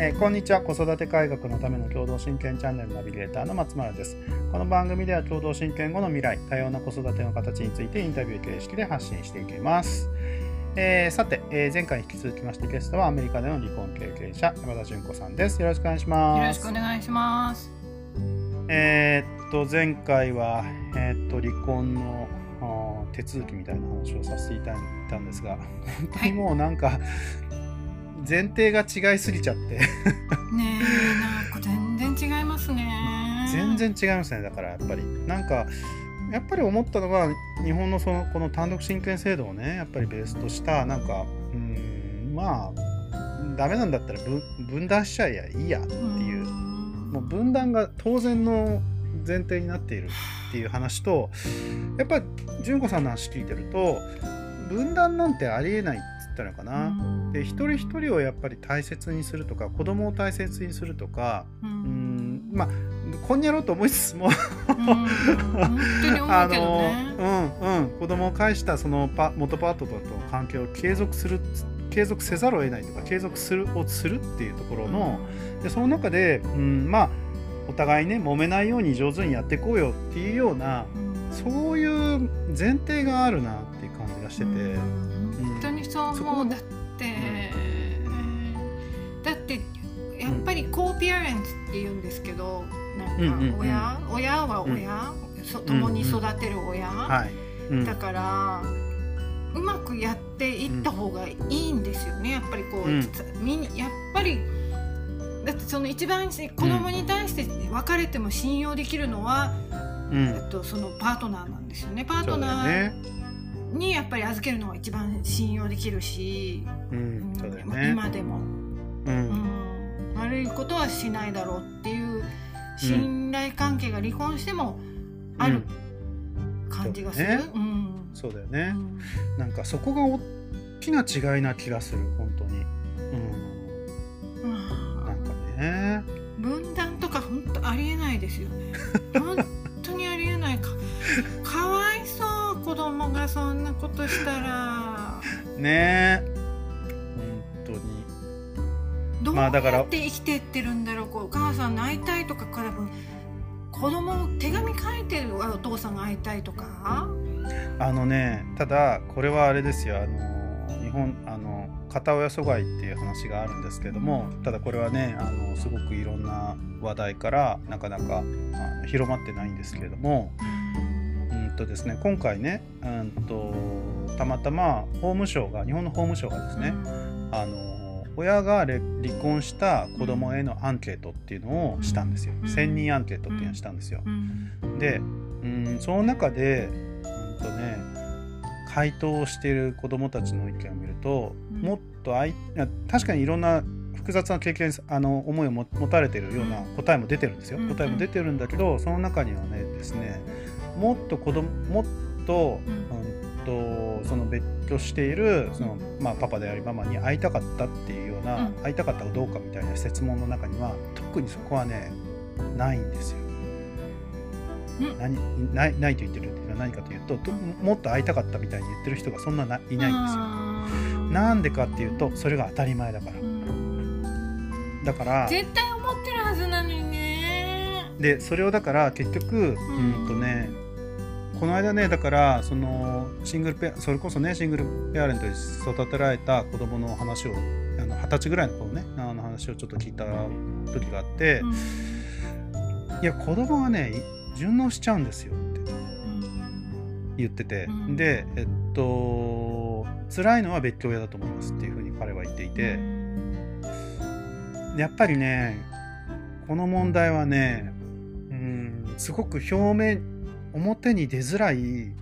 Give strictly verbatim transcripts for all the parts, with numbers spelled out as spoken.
えー、こんにちは。子育て改革のための共同親権チャンネルナビゲーターの松村です。この番組では共同親権後の未来、多様な子育ての形についてインタビュー形式で発信していきます。えー、さて、えー、前回に引き続きましてゲストはアメリカでの離婚経験者山田純子さんです。よろしくお願いします。 よろしくお願いします。 えー、っと前回は、えー、っと離婚の手続きみたいな話をさせていただいたんですが、本当にもうなんか、はい、前提が違いすぎちゃってねえ、なんか全然違いますね。 全然違いますね。だからやっぱりなんかやっぱり思ったのが、日本のそのこの単独親権制度をねやっぱりベースとしたなんかうーんまあダメなんだったら 分, 分断しちゃえばいいやっていう、うもう分断が当然の前提になっているっていう話と、やっぱり純子さんの話聞いてると分断なんてありえないって言ったのかな。で一人一人をやっぱり大切にするとか、子供を大切にするとか、うーんまあこんにゃろうと思いつつもあのうんうん子供を介したそのパ元パートナーとの関係を継続する継続せざるを得ないとか、継続するをするっていうところの、でその中で、うん、まあお互いね揉めないように上手にやっていこうよっていうような、そういう前提があるなっていう感じがしてて、うん、 本当にそう思う。だって、うん、だってやっぱりコーピアレンツって言うんですけど、なんか親、うんうんうん、親は親、うん、共に育てる親、うんうんはいうん、だからうまくやっていった方がいいんですよね。やっぱりこう、うん、みんやっぱりだってその一番子供に対して別れても信用できるのは、うんえっと、そのパートナーなんですよね。パートナーにやっぱり預けるのが一番信用できるし、うんそうだよね、今でも、うんうん、悪いことはしないだろうっていう信頼関係が離婚してもある感じがする、 うんうん、そうだよね、うん、なんかそこが大きな違いな気がする本当に、うん、なんかね分断とか本当ありえないですよね本当にありえないかかわいそう、子供がそんなことしたらねえ本当にどうやって生きてってるんだろう、こうお母さんに会いたいとかから子供手紙書いてるお父さんが会いたいとか、 あのねただこれはあれですよ、あの日本あの片親疎外っていう話があるんですけども、ただこれはねあのすごくいろんな話題からなかなかあの広まってないんですけれども、うんとですね今回ねうんとたまたま法務省が日本の法務省がですね、あの親が離婚した子供へのアンケートっていうのをしたんですよ。せんにんアンケートっていうのをしたんですよ。で、うん、その中で、うんとね、回答をしている子供たちの意見を見ると、もっとあい確かにいろんな複雑な経験あの思いを持たれているような答えも出てるんですよ。答えも出てるんだけど、その中にはねですね、もっと子供もっと、うんとその別居しているその、まあ、パパでありママに会いたかったっていうような、うん、会いたかったかどうかみたいな質問の中には特にそこはねないんですよ。何 ない, ないと言ってるっていうのは何かというと、ともっと会いたかったみたいに言ってる人がそんな ないないんですよ。なんでかっていうとそれが当たり前だから。だから絶対思ってるはずなのにね。 でそれをだから結局うんとねこの間ねだからそのシングルペアそれこそねシングルペアレントに育てられた子供の話をあのはたちぐらいの子のねあの話をちょっと聞いた時があって、うん、いや子供はね順応しちゃうんですよって言ってて、うん、でえっと辛いのは別居親だと思いますっていうふうに彼は言っていて、やっぱりねこの問題はねうんすごく表面表に出づらい、うん、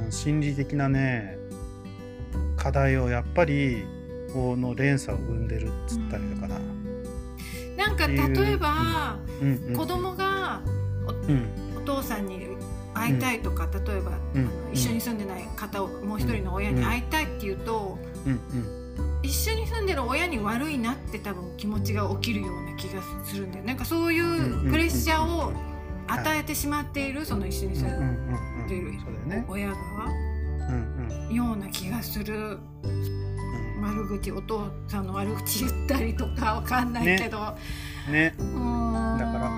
心理的なね課題をやっぱりこの連鎖を生んでるっつったりだかな、うん、 なんか例えば、うんうん、子供が お,、うん、お父さんに会いたいとか、うん、例えば、うん、一緒に住んでない方をもう一人の親に会いたいっていうと、うんうん、一緒に住んでる親に悪いなって多分気持ちが起きるような気がするんだよ。なんかそういうプレッシャーを与えてしまっている、その一緒に住んでいる親がような気がする。 悪口、お父さんの悪口言ったりとかわかんないけどね、ね、うん、だから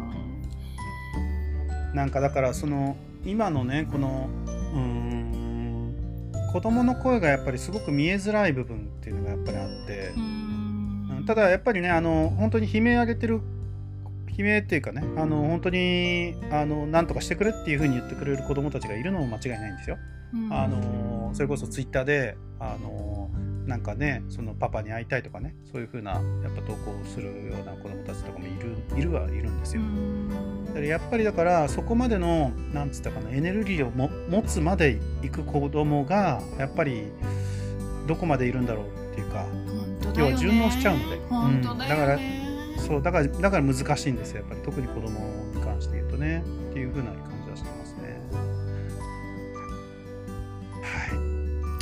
なんかだからその今のねこのうーん子供の声がやっぱりすごく見えづらい部分っていうのがやっぱりあって、うん、ただやっぱりねあの本当に悲鳴上げてる悲鳴っていうかねあの本当にあの何とかしてくれっていう風に言ってくれる子供たちがいるのも間違いないんですよ。あのそれこそツイッターであのなんかねそのパパに会いたいとかねそういう風なやっぱ投稿するような子供たちとかもいるいるはいるんですよ。だからやっぱりだからそこまでのなんつったかなエネルギーをも持つまで行く子供がやっぱりどこまでいるんだろうっていうか、要は順応しちゃうので、 本当だよね、うん、だからそうだからだから難しいんですよやっぱり特に子供に関して言うとねっていう風な感じはしてますね。はい、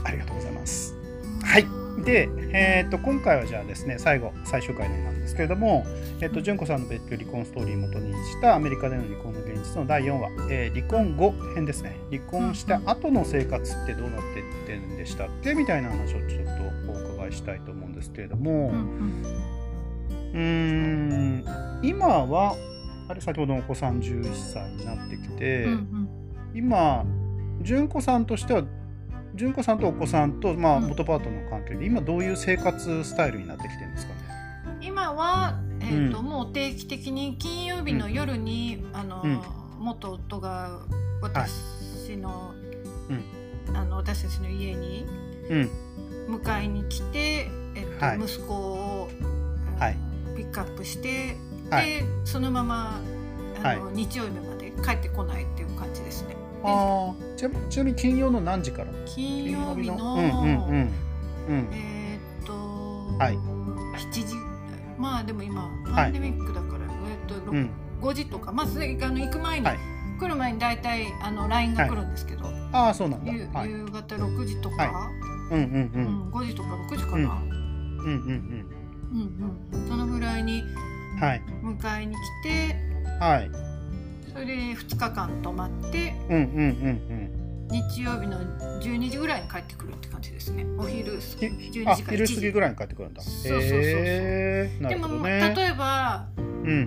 ありがとうございます。はい。で、えー、と今回はじゃあですね最後最終回なんですけれども、えー、と純子さんの別居離婚ストーリーを元にしたアメリカでの離婚の現実のだいよんわ、えー、離婚後編ですね。離婚した後の生活ってどうなってってんでしたっけみたいな話をちょっとお伺いしたいと思うんですけれども、うーん今はあれ先ほどのお子さんじゅういっさいになってきて、うんうん、今純子さんとしては純子さんとお子さんと、まあ、元パートナーの関係で今どういう生活スタイルになってきてるんですかね。 今は、えーとうん、もう定期的に金曜日の夜に、うん、あの、うん、元夫が私の、はい、あの私たちの家に迎えに来て、えーとはい、息子を、はい、ピックアップして、はい、でそのままあの、はい、日曜日まで帰ってこないっていう感じですね。 あちな、ちなみに金曜の何時から？ 金曜日の、 うんうんうんうん、 えー、っと、 はい、 しちじまあでも今パンデミックだから、はい、えー、っと、うん、ごじとかまず、あ、の行く前に、はい、来る前にだいたいあの ライン が来るんですけど、はい、 ああそうなんだ、 夕方ろくじとか、 はい、うんうんうんうん、ごじとかろくじかな、うん、うんうんうんうんそのぐらいに迎えに来て、 はい、 それでふつかかん泊まって、 うんうんうんうん日曜日のじゅうにじぐらいに帰ってくるって感じですね。お昼じゅうにじからいちじ、 昼過ぎぐらいに帰ってくるんだ。 そうそうそうそう、 えー、なるほどね。 でも例えば、うん、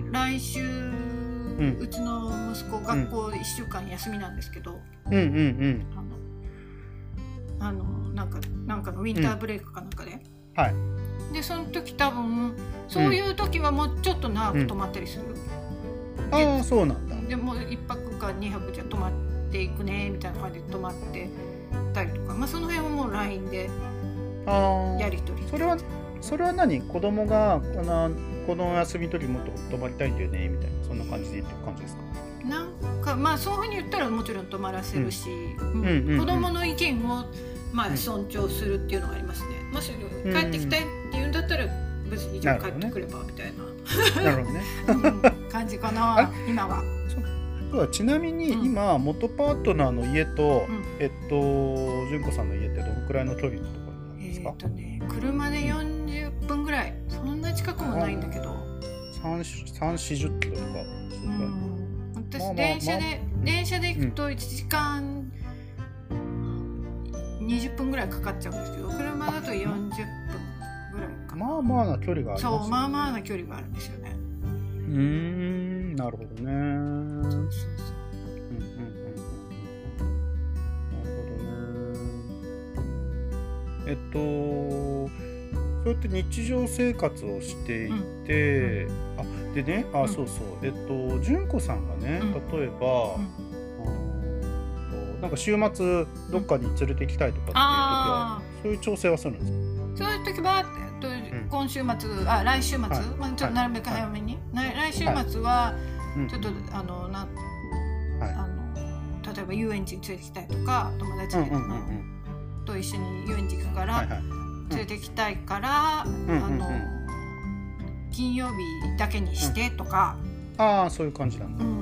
来週、うん、うちの息子学校いっしゅうかん休みなんですけど、 うんうんうん、 あのあのなんかなんかのウィンターブレイクかなんかで、 うん、はい。 でその時多分そういう時はもうちょっと長く泊まったりする。 うん、ああそうなんだ。 でもいっぱくかにはくじゃ泊まっていくねみたいな感じで泊まってたりとか、まあその辺はもう ライン でやり取り。 それはそれは何？子供がこのこの休みの時もっと泊まりたいんだよねみたいなそんな感じで言ってる感じですか？ なんかまあそういうふうに言ったらもちろん泊まらせるし、うんうんうんうん、子供の意見をまあ尊重するっていうのがありますね。もし帰ってきたいって言うんだったら別にじゃあ帰ってくればみたいな、 なるほどねうん、感じかな今は。 そうだ、ちなみに今、うん、元パートナーの家と、うん、えっと純子さんの家ってどのくらいの距離のところなんですか？ えーとね、車でよんじゅっぷんぐらい、そんな近くもないんだけど、さんじゅう、よんじゅっキロとか、うん、私、まあまあ、電車で、まあ、電車で行くといちじかんにじゅっぷんぐらいかかっちゃうんですけど、車だとよんじゅっぷんぐらいかな。 まあまあな距離がありますよね。 そう、まあまあな距離があるんですよね。 うーん、なるほどね。そうそうそう。うんうんうんうん。なるほどね。えっと、そうやって日常生活をしていて、うん、あ、でね、あ、うん、そうそう、えっと、純子さんがね、例えば、うん、なんか週末どっかに連れて行きたいとかっていう時は、うん、そういう調整はするんですか？ そういう時は、今週末、あ、来週末、はい、まあ、ちょっとなるべく早めに、はい、来週末はちょっと、はい、あのな、はい、あの例えば遊園地に連れてきたいとか友達、うんうんうん、と一緒に遊園地行くから、はいはい、連れてきたいから、うん、あの、うん、金曜日だけにしてとか、 うん、ああそういう感じなんだ、うん、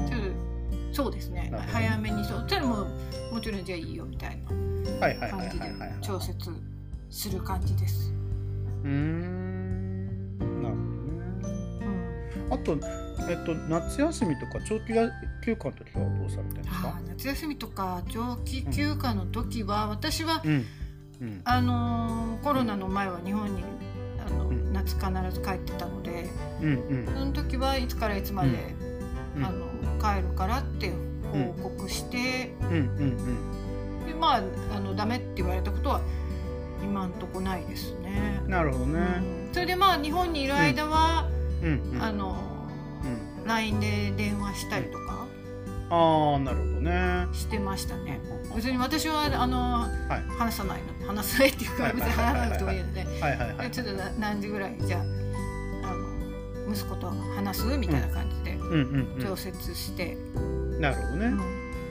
ちょっとそうですね、早めにそうそれももちろんじゃあいいよみたいな感じで調節する感じです。 うーん、なるほどね、うん、あと、えっと、夏休みとか長期休暇の時はどうされてるんですか？ あ、夏休みとか長期休暇の時は、うん、私は、うんうん、あのー、 コロナの前は日本にあの、うん、夏必ず帰ってたので、うんうん、その時はいつからいつまで、うん、あの帰るからって報告して、うんうんうん、でまあ、あのダメって言われたことは今んとこないですね。 なるほどね、 うん、それでまあ日本にいる間は、うんうん、あの、うん、ライン で電話したりとか、 ああなるほどねしてましたね。別に私はあの、はい、話さないの話さないっていうか別に話さなくてもいいのでちょっと何時ぐらいじゃあ、あの息子と話すみたいな感じで調節して、 うんうんうん、なるほどね、うん、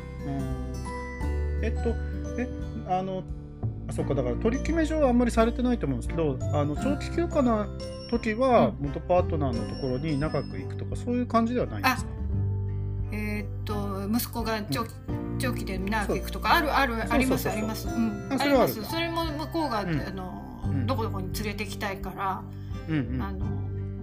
えっとえあのあそっかだから取り決め上はあんまりされてないと思うんですけど、あの長期休暇の時は元パートナーのところに長く行くとかそういう感じではないんですか？ えー、っと息子が長期、うん、長期で長く行くとかあるあるありますあります、うん、あります。それも向こうが、うん、あのどこどこに連れてきたいから、うんうん、あの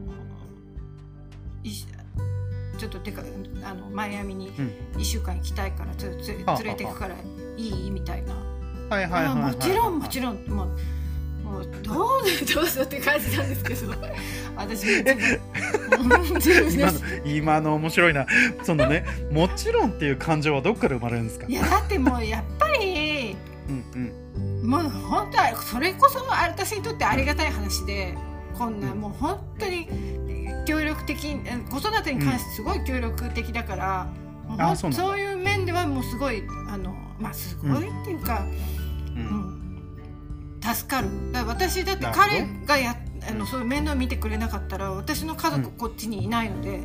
ちょっとてかあのマイアミにいっしゅうかん行きたいからつつ連れて行くからいいみたいな。はいはいはいはい、もちろんもちろんもうもうどうぞどうぞって感じなんですけど私今の今の面白いな。そのねもちろんっていう感情はどっから生まれるんですか？ いやだってもうやっぱりうんうんもう本当はそれこそ私にとってありがたい話で、こんなもう本当に協力的、子育てに関してすごい協力的だから、うん、あ そう, そういう面ではもうすごいあのまあすごいっていうか、うんうん、助かる。だから私だって彼がやあのそういう面倒見てくれなかったら私の家族こっちにいないので、うん、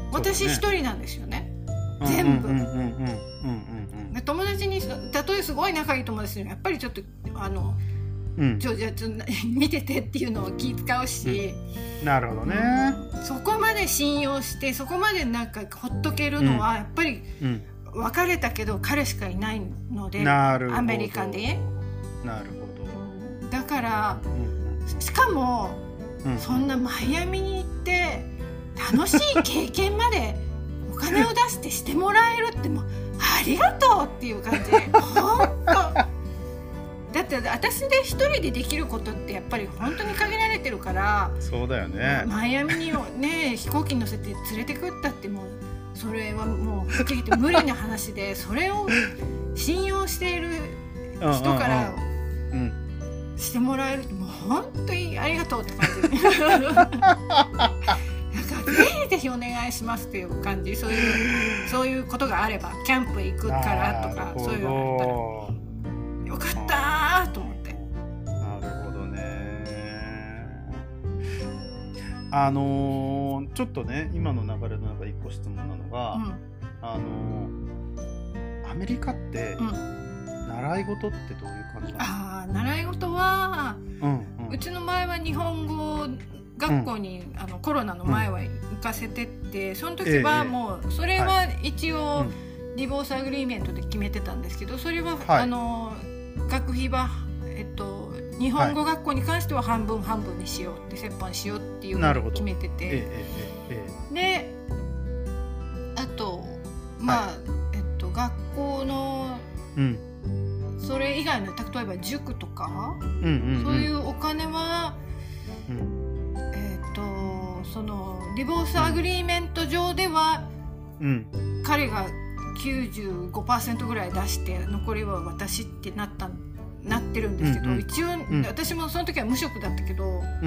私一人なんですよね、全部。友達にたとえすごい仲いい友達にやっぱりちょっとあの、うん、ちょちょちょ見ててっていうのを気使うし、 うん、なるほどね、 うん、そこまで信用してそこまでなんかほっとけるのはやっぱり、うん、別れたけど彼しかいないので、アメリカで。 なるほど。だから、うん、しかも、うん、そんなマイアミに行って楽しい経験までお金を出してしてもらえるってもうありがとうっていう感じ。本当。だって私で一人でできることってやっぱり本当に限られてるから。 そうだよね。 マイアミにね飛行機に乗せて連れてくったってもうそれはもうはっきり言って無理な話でそれを信用している人からしてもらえるってもう本当にありがとうって感じ。なんかぜひぜひお願いしますっていう感じ。そういうそういうことがあればキャンプ行くからとかそういうのがあったらよかったと思って。 なるほどね。あのー、ちょっとね今の流れの中一個質問なのが、うん、あのー、アメリカって、うん、習い事ってどういう感じなの？ あー習い事は、うんうん、うちの前は日本語学校に、うん、あのコロナの前は行かせてって、うん、その時はもうそれは一応、はい、ディボースアグリーメントで決めてたんですけどそれは、はい、あの学費は、えっと、日本語学校に関しては半分半分にしようって折半しようっていうのを決めてて、えええ、であとまあ、はいえっと、学校の、うん、それ以外の例えば塾とか、うんうんうん、そういうお金は、うんそのディボースアグリーメント上では、うん、彼が きゅうじゅうごパーセント ぐらい出して残りは私ってなったなってるんですけど、うんうん、一応、うん、私もその時は無職だったけど、うんうんうん、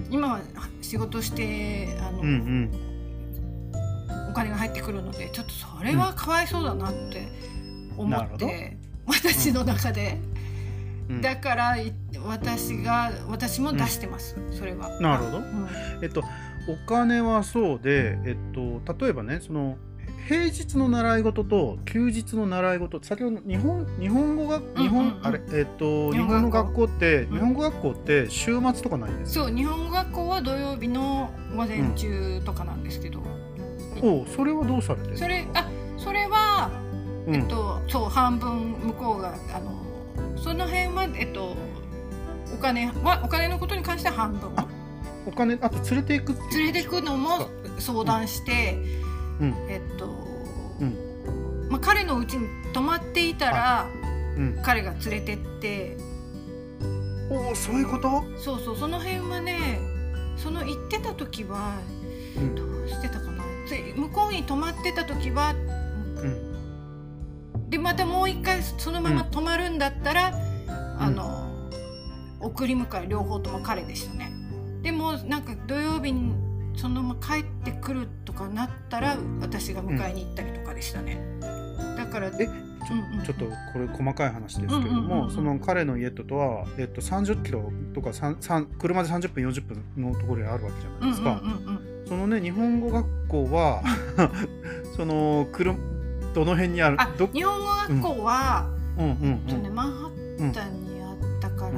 今は仕事してあの、うんうん、お金が入ってくるのでちょっとそれはかわいそうだなって思って、うん、私の中で、うん、だから私が私も出してます、うん、それは。 なるほど、うん、えっとお金はそうで、えっと、例えばねその平日の習い事と休日の習い事先ほど日本日本語学日本、うんうんうん、あれえっと日本の学校って、うん、日本語学校って週末とかないんですか？ そう日本語学校は土曜日の午前中とかなんですけど、 うん、おそれはどうされてる？ それあそれは、うん、えっとそう半分向こうがあのその辺はえっとお金はお金のことに関しては半分。 お金あと連れていくっていう連れていくのも相談して、うん、えっと、うんまあ、彼のうちに泊まっていたら、うん、彼が連れてっておお、そういうこと？ そうそう、その辺はね、その行ってた時は、うん、どうしてたかな、向こうに泊まってた時は、うん、でまたもう一回そのまま泊まるんだったら、うん、あの送り迎え両方とも彼でしたね。でもなんか土曜日にそのまま帰ってくるとかなったら私が迎えに行ったりとかでしたね、うん、だからえちょ、うんうん、ちょっとこれ細かい話ですけれども、うんうんうんうん、その彼の家ととは、えっと、さんじゅっキロとかさんさん車でさんじゅっぷんよんじゅっぷんのところにあるわけじゃないですか、うんうんうんうん、そのね日本語学校はその車どの辺にある？ あ、 ど日本語学校は、 うんうんうんうんえっとね、マンハッタンにあったから、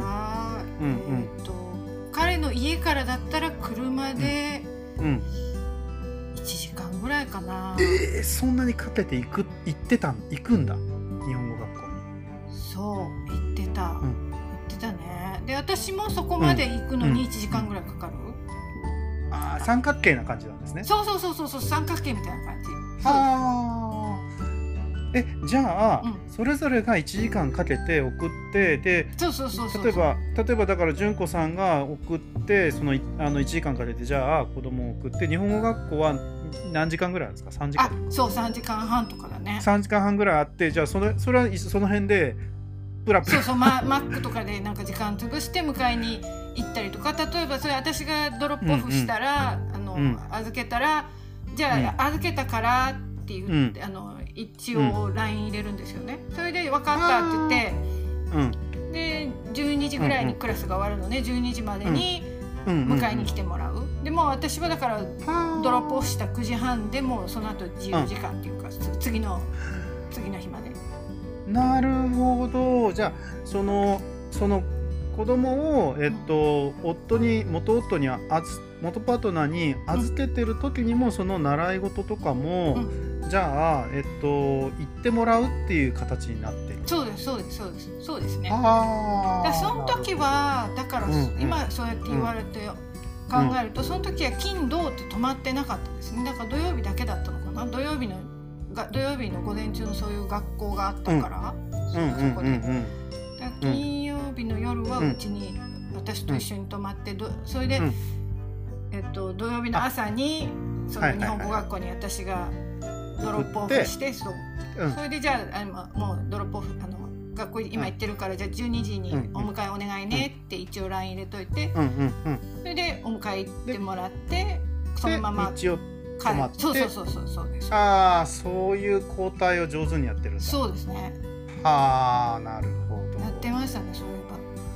うんうんうん、 えー、と彼の家からだったら車でいちじかんぐらいかな、 うんうん、えー、そんなにかけて行く行ってた行くんだ日本語学校に。 そう行ってた、うん、行ってたね。で私もそこまで行くのにいちじかんぐらいかかる、うんうん、 ああ、三角形な感じなんですね。 そうそうそうそうそう、三角形みたいな感じ。 あえじゃあ、うん、それぞれがいちじかんかけて送ってで、 そうそうそうそう、 例えば例えばだから純子さんが送ってそのあのいちじかんかけてじゃあ子供を送って日本語学校は何時間ぐらいなんですか？さんじかん。 あ、そうさんじかんはんとかだね。 さんじかんはんぐらいあってじゃあそれそれはその辺でプラプラそうそう、マ, マックとかでなんか時間潰して迎えに行ったりとか、例えばそれ私がドロップオフしたら、うんうん、あの、うん、預けたらじゃあ、うん、預けたからって言って、うん、あの一応 ライン 入れるんですよね、うん、それで分かったって言って、うん、でじゅうにじぐらいにクラスが終わるので、うん、じゅうにじまでに迎えに来てもらう、うんうんうん、でも私はだからドロップオフしたくじはんでもその後自由時間っていうか、うん、次の次の日まで。 なるほど。じゃあそのその子供をえっと、うん、夫に元夫にあず元パートナーに預けてる時にも、うん、その習い事とかも、うん、じゃあえっと行ってもらうっていう形になってる。 そうですそうですそうですそうですね。あだその時はだから、うん、今そうやって言われて、うん、考えるとその時は金土って止まってなかったですね。だから土曜日だけだったのかな。土曜日のが土曜日の午前中のそういう学校があったから、うん、そ, そこで、うんうんうん、だ金曜日の夜はうちに私と一緒に泊まって、うん、それで、うんえっと、土曜日の朝にその日本語学校に私がドロップオフして、そう、うん、それでじゃあ、あのもうドロップオフあの学校今行ってるからじゃあじゅうにじにお迎えお願いねって一応 ライン 入れといて、うんうんうん、それでお迎え行ってもらってそのまま一応泊まって、 そうそうそうそうそうです。 ああ、そういう交代を上手にやってるんだ。 そうですね。 はあ、なるほど。 やってましたね、そういえ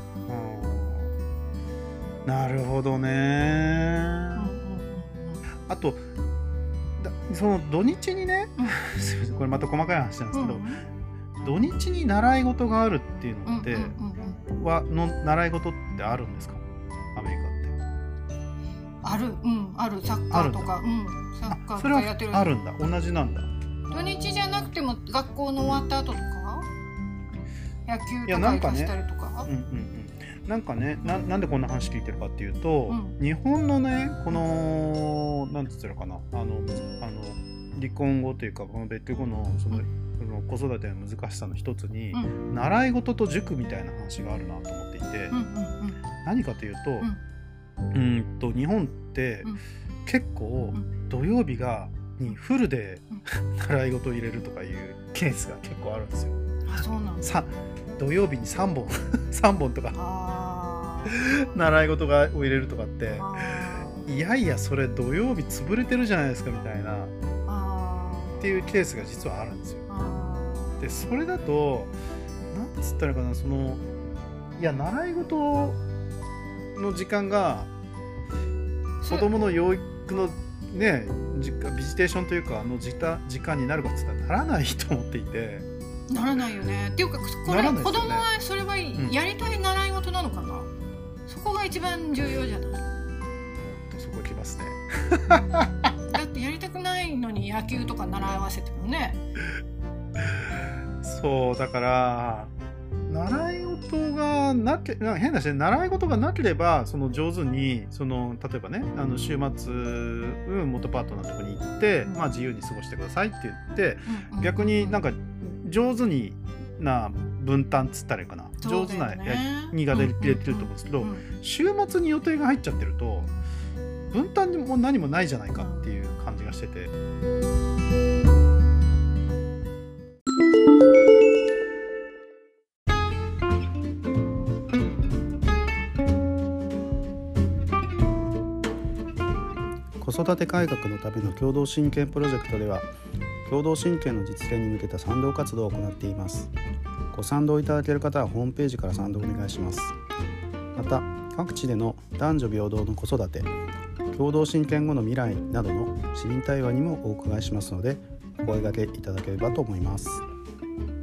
ば。なるほどね、うんうんうん、あとだその土日にね、うん、これまた細かい話なんですけど、うんうん、土日に習い事があるっていうのって、うんうんうん、はの習い事ってあるんですか？アメリカってある、うん、ある。サッカーとか、うん、サッカーとかやってる。 それはあるんだ。同じなんだ。 土日じゃなくても学校の終わった後とか野球とか行かしたりとか、うんうんうん、 なんかね な, なんでこんな話聞いてるかっていうと、うん、日本のねこのなんて言ったらかなあのあの離婚後というかこの別居後 の, その、うん、子育ての難しさの一つに、うん、習い事と塾みたいな話があるなと思っていて、うんうんうん、何かというと、うん、うんと日本って、うん、結構土曜日がにフルで、うん、習い事を入れるとかいうケースが結構あるんですよ。 あ、そうなんだ。土曜日にさんぼんさんぼんとかあ習い事がを入れるとかっていやいやそれ土曜日潰れてるじゃないですかみたいなあっていうケースが実はあるんですよ。でそれだとなんつったらかなそのいや習い事の時間が子供の養育のねビジテーションというかの時間になるかって言ったらならないと思っていて。 ならないよね。っていうかこれ、ね、子供はそれはやりたい習い事なのかな、うん、そこが一番重要じゃない。 そこ来ますね、 うん、だってやりたくないのに野球とか習わせてもねそうだから習い事がなけ変な話で習い事がなければその上手にその例えばねあの週末、うん、元パートナーのとこに行って、うんまあ、自由に過ごしてくださいって言って、うんうん、逆になんか上手にな分担っつったらいいかな上手なやりが出てると思うんですけど、うんうん、週末に予定が入っちゃってると分担にも何もないじゃないかっていう感じがしてて、子育て改革のための共同親権プロジェクトでは、共同親権の実現に向けた賛同活動を行っています。ご賛同いただける方はホームページから賛同お願いします。また、各地での男女平等の子育て、共同親権後の未来などの市民対話にもお伺いしますので、お声掛けいただければと思います。